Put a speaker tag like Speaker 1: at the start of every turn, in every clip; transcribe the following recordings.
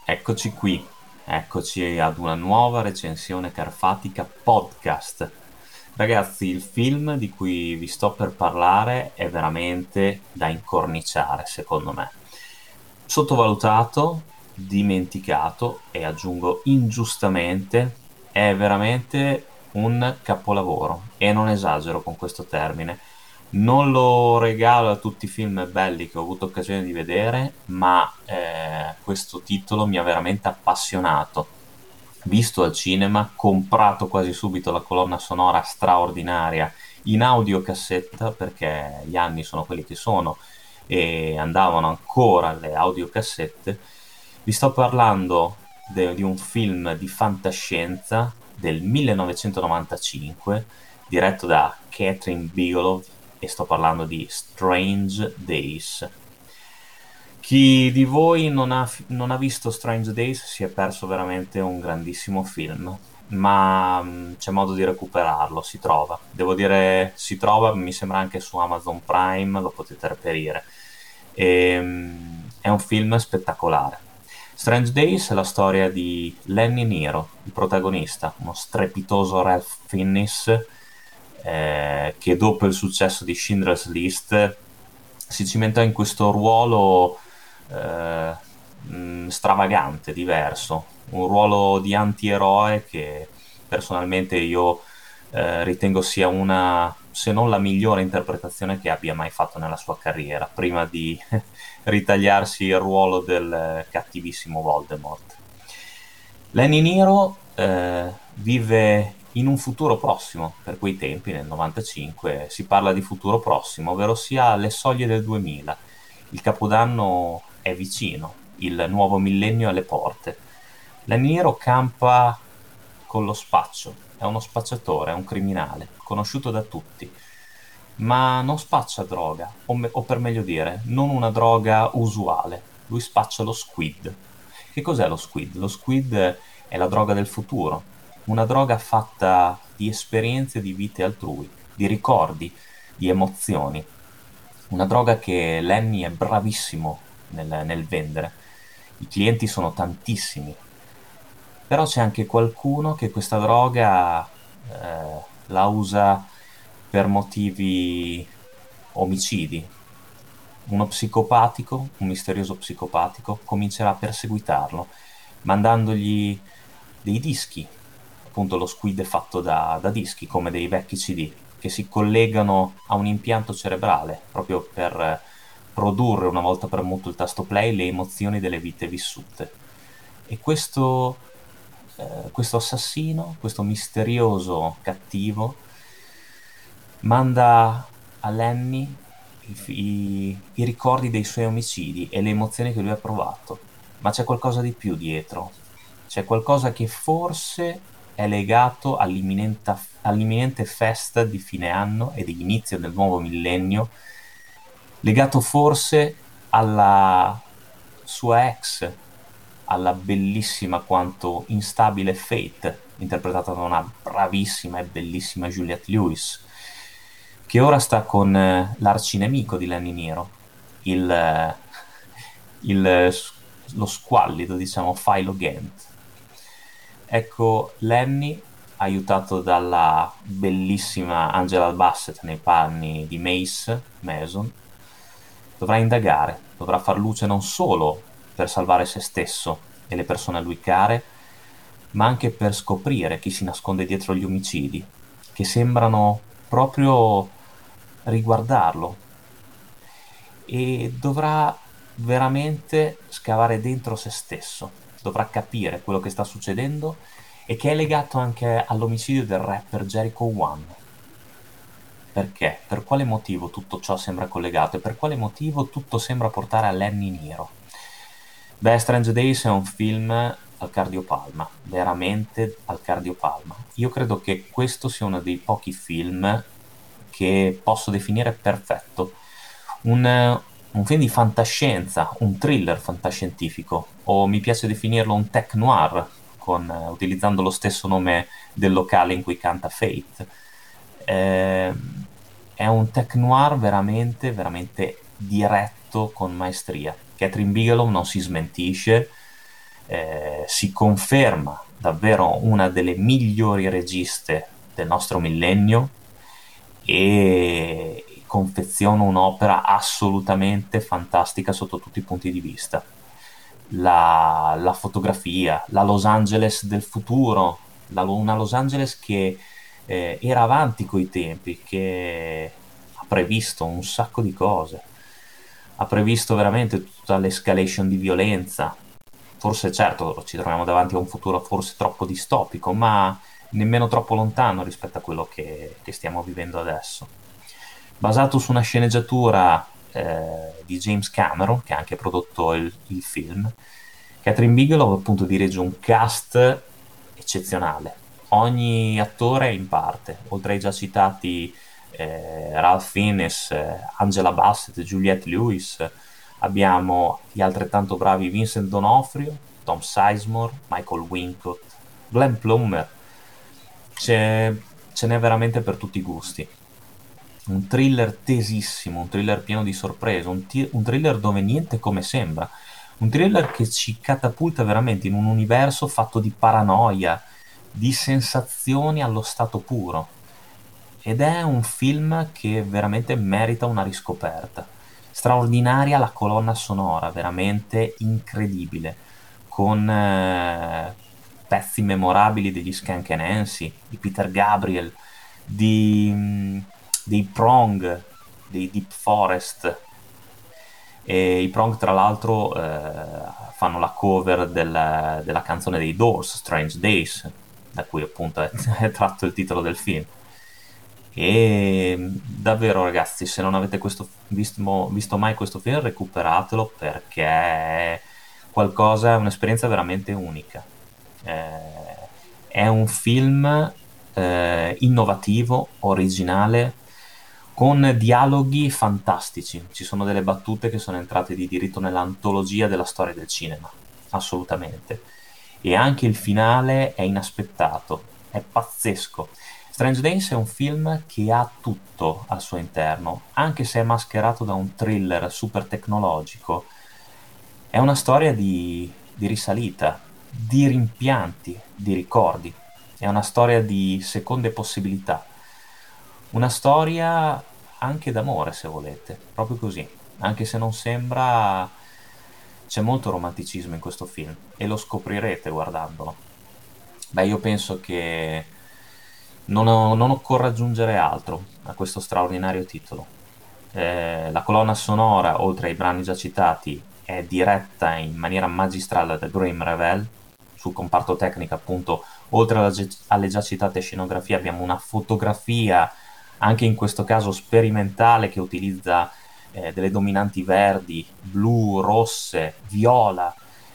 Speaker 1: Eccoci qui, eccoci ad una nuova recensione Carfatica podcast. Ragazzi, il film di cui vi sto per parlare è veramente da incorniciare, secondo me. Sottovalutato, dimenticato e aggiungo ingiustamente, è veramente un capolavoro e non esagero con questo termine. Non lo regalo a tutti i film belli che ho avuto occasione di vedere, ma questo titolo mi ha veramente appassionato. Visto al cinema, comprato quasi subito la colonna sonora straordinaria in audiocassetta, perché gli anni sono quelli che sono e andavano ancora le audiocassette. Vi sto parlando di un film di fantascienza del 1995 diretto da Catherine Bigelow e sto parlando di Strange Days. Chi di voi non ha visto Strange Days si è perso veramente un grandissimo film, ma c'è modo di recuperarlo, si trova. Devo dire, si trova, mi sembra anche su Amazon Prime, lo potete reperire. È un film spettacolare. Strange Days è la storia di Lenny Nero, il protagonista, uno strepitoso Ralph Fiennes che dopo il successo di Schindler's List si cimentò in questo ruolo eh, stravagante, diverso, un ruolo di antieroe che personalmente io ritengo sia una, se non la migliore interpretazione che abbia mai fatto nella sua carriera, prima di ritagliarsi il ruolo del cattivissimo Voldemort. Lenny Nero vive in un futuro prossimo, per quei tempi, nel 95, si parla di futuro prossimo, ovvero sia alle soglie del 2000. Il Capodanno è vicino, il nuovo millennio è alle porte. Lenny Nero campa con lo spaccio, è uno spacciatore, è un criminale, conosciuto da tutti, ma non spaccia droga, o per meglio dire, non una droga usuale, lui spaccia lo squid. Che cos'è lo squid? Lo squid è la droga del futuro, una droga fatta di esperienze di vite altrui, di ricordi, di emozioni, una droga che Lenny è bravissimo nel vendere. I clienti sono tantissimi, però c'è anche qualcuno che questa droga la usa per motivi omicidi. Uno psicopatico, un misterioso psicopatico, comincerà a perseguitarlo, mandandogli dei dischi. Appunto lo squid è fatto da dischi, come dei vecchi CD, che si collegano a un impianto cerebrale, proprio per produrre una volta premuto il tasto play le emozioni delle vite vissute. E questo assassino, questo misterioso cattivo, manda a Lenny i ricordi dei suoi omicidi e le emozioni che lui ha provato. Ma c'è qualcosa di più dietro. C'è qualcosa che forse è legato all'imminente festa di fine anno e dell'inizio del nuovo millennio, legato forse alla sua ex, alla bellissima quanto instabile Fate, interpretata da una bravissima e bellissima Juliette Lewis, che ora sta con l'arcinemico di Lenny Nero, il, eh, il- lo squallido, diciamo, Philo Gant. Ecco, Lenny, aiutato dalla bellissima Angela Bassett nei panni di Mace Mason, dovrà indagare, dovrà far luce non solo per salvare se stesso e le persone a lui care, ma anche per scoprire chi si nasconde dietro gli omicidi, che sembrano proprio riguardarlo. E dovrà veramente scavare dentro se stesso, dovrà capire quello che sta succedendo e che è legato anche all'omicidio del rapper Jericho One. Perché? Per quale motivo tutto ciò sembra collegato e per quale motivo tutto sembra portare a Lenny Nero? Beh, Strange Days è un film al cardiopalma, veramente al cardiopalma. Io credo che questo sia uno dei pochi film che posso definire perfetto. Un film di fantascienza, un thriller fantascientifico, o mi piace definirlo un tech noir, utilizzando lo stesso nome del locale in cui canta Fate. Eh, è un tech noir veramente, veramente diretto con maestria. Catherine Bigelow non si smentisce, si conferma davvero una delle migliori registe del nostro millennio e confeziona un'opera assolutamente fantastica sotto tutti i punti di vista. La fotografia, la Los Angeles del futuro, una Los Angeles che era avanti coi tempi, che ha previsto un sacco di cose, ha previsto veramente tutta l'escalation di violenza. Forse certo ci troviamo davanti a un futuro forse troppo distopico, ma nemmeno troppo lontano rispetto a quello che stiamo vivendo adesso. Basato su una sceneggiatura di James Cameron, che ha anche prodotto il film, Catherine Bigelow appunto dirige un cast eccezionale. Ogni attore è in parte, oltre ai già citati Ralph Fiennes, Angela Bassett, Juliette Lewis, abbiamo gli altrettanto bravi Vincent D'Onofrio, Tom Sizemore, Michael Wincott, Glenn Plummer. Ce n'è veramente per tutti i gusti. Un thriller tesissimo, un thriller pieno di sorprese, un thriller dove niente come sembra, un thriller che ci catapulta veramente in un universo fatto di paranoia, di sensazioni allo stato puro. Ed è un film che veramente merita una riscoperta. Straordinaria la colonna sonora, veramente incredibile, con pezzi memorabili degli Skunk Nancy, di Peter Gabriel, dei Prong, dei Deep Forest. E i Prong, tra l'altro, fanno la cover della canzone dei Doors, Strange Days, da cui appunto è tratto il titolo del film. E davvero, ragazzi, se non avete visto mai questo film, recuperatelo perché è qualcosa, è un'esperienza veramente unica. È un film innovativo, originale, con dialoghi fantastici. Ci sono delle battute che sono entrate di diritto nell'antologia della storia del cinema, assolutamente. E anche il finale è inaspettato, è pazzesco. Strange Days è un film che ha tutto al suo interno, anche se è mascherato da un thriller super tecnologico. È una storia di risalita, di rimpianti, di ricordi. È una storia di seconde possibilità. Una storia anche d'amore, se volete, proprio così. Anche se non sembra, c'è molto romanticismo in questo film e lo scoprirete guardandolo. Beh, io penso che non occorre aggiungere altro a questo straordinario titolo. La colonna sonora, oltre ai brani già citati, è diretta in maniera magistrale da Graham Revell. Sul comparto tecnico, appunto, oltre alle già citate scenografie, abbiamo una fotografia, anche in questo caso sperimentale, che utilizza delle dominanti verdi, blu, rosse, viola,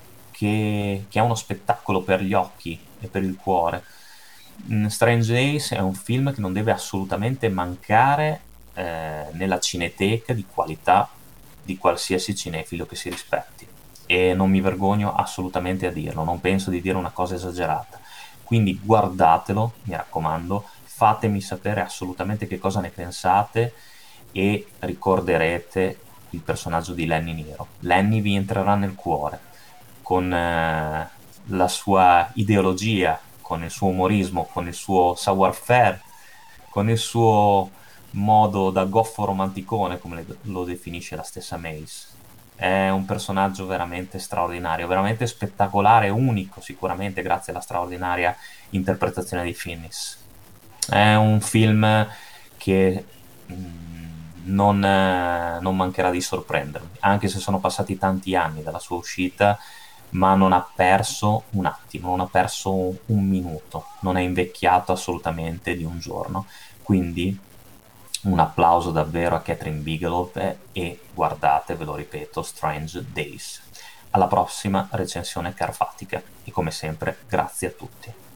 Speaker 1: che è uno spettacolo per gli occhi e per il cuore. Strange Days è un film che non deve assolutamente mancare nella cineteca di qualità di qualsiasi cinefilo che si rispetti. E non mi vergogno assolutamente a dirlo, non penso di dire una cosa esagerata. Quindi guardatelo, mi raccomando, fatemi sapere assolutamente che cosa ne pensate e ricorderete il personaggio di Lenny Nero. Lenny vi entrerà nel cuore con la sua ideologia, con il suo umorismo, con il suo savoir-faire, con il suo modo da goffo romanticone, come lo definisce la stessa Mace. È un personaggio veramente straordinario, veramente spettacolare, unico sicuramente grazie alla straordinaria interpretazione di Finnis. È un film che non mancherà di sorprendermi, anche se sono passati tanti anni dalla sua uscita, ma non ha perso un attimo, non ha perso un minuto, non è invecchiato assolutamente di un giorno. Quindi un applauso davvero a Catherine Bigelow e guardate, ve lo ripeto, Strange Days. Alla prossima recensione carfatica e come sempre grazie a tutti.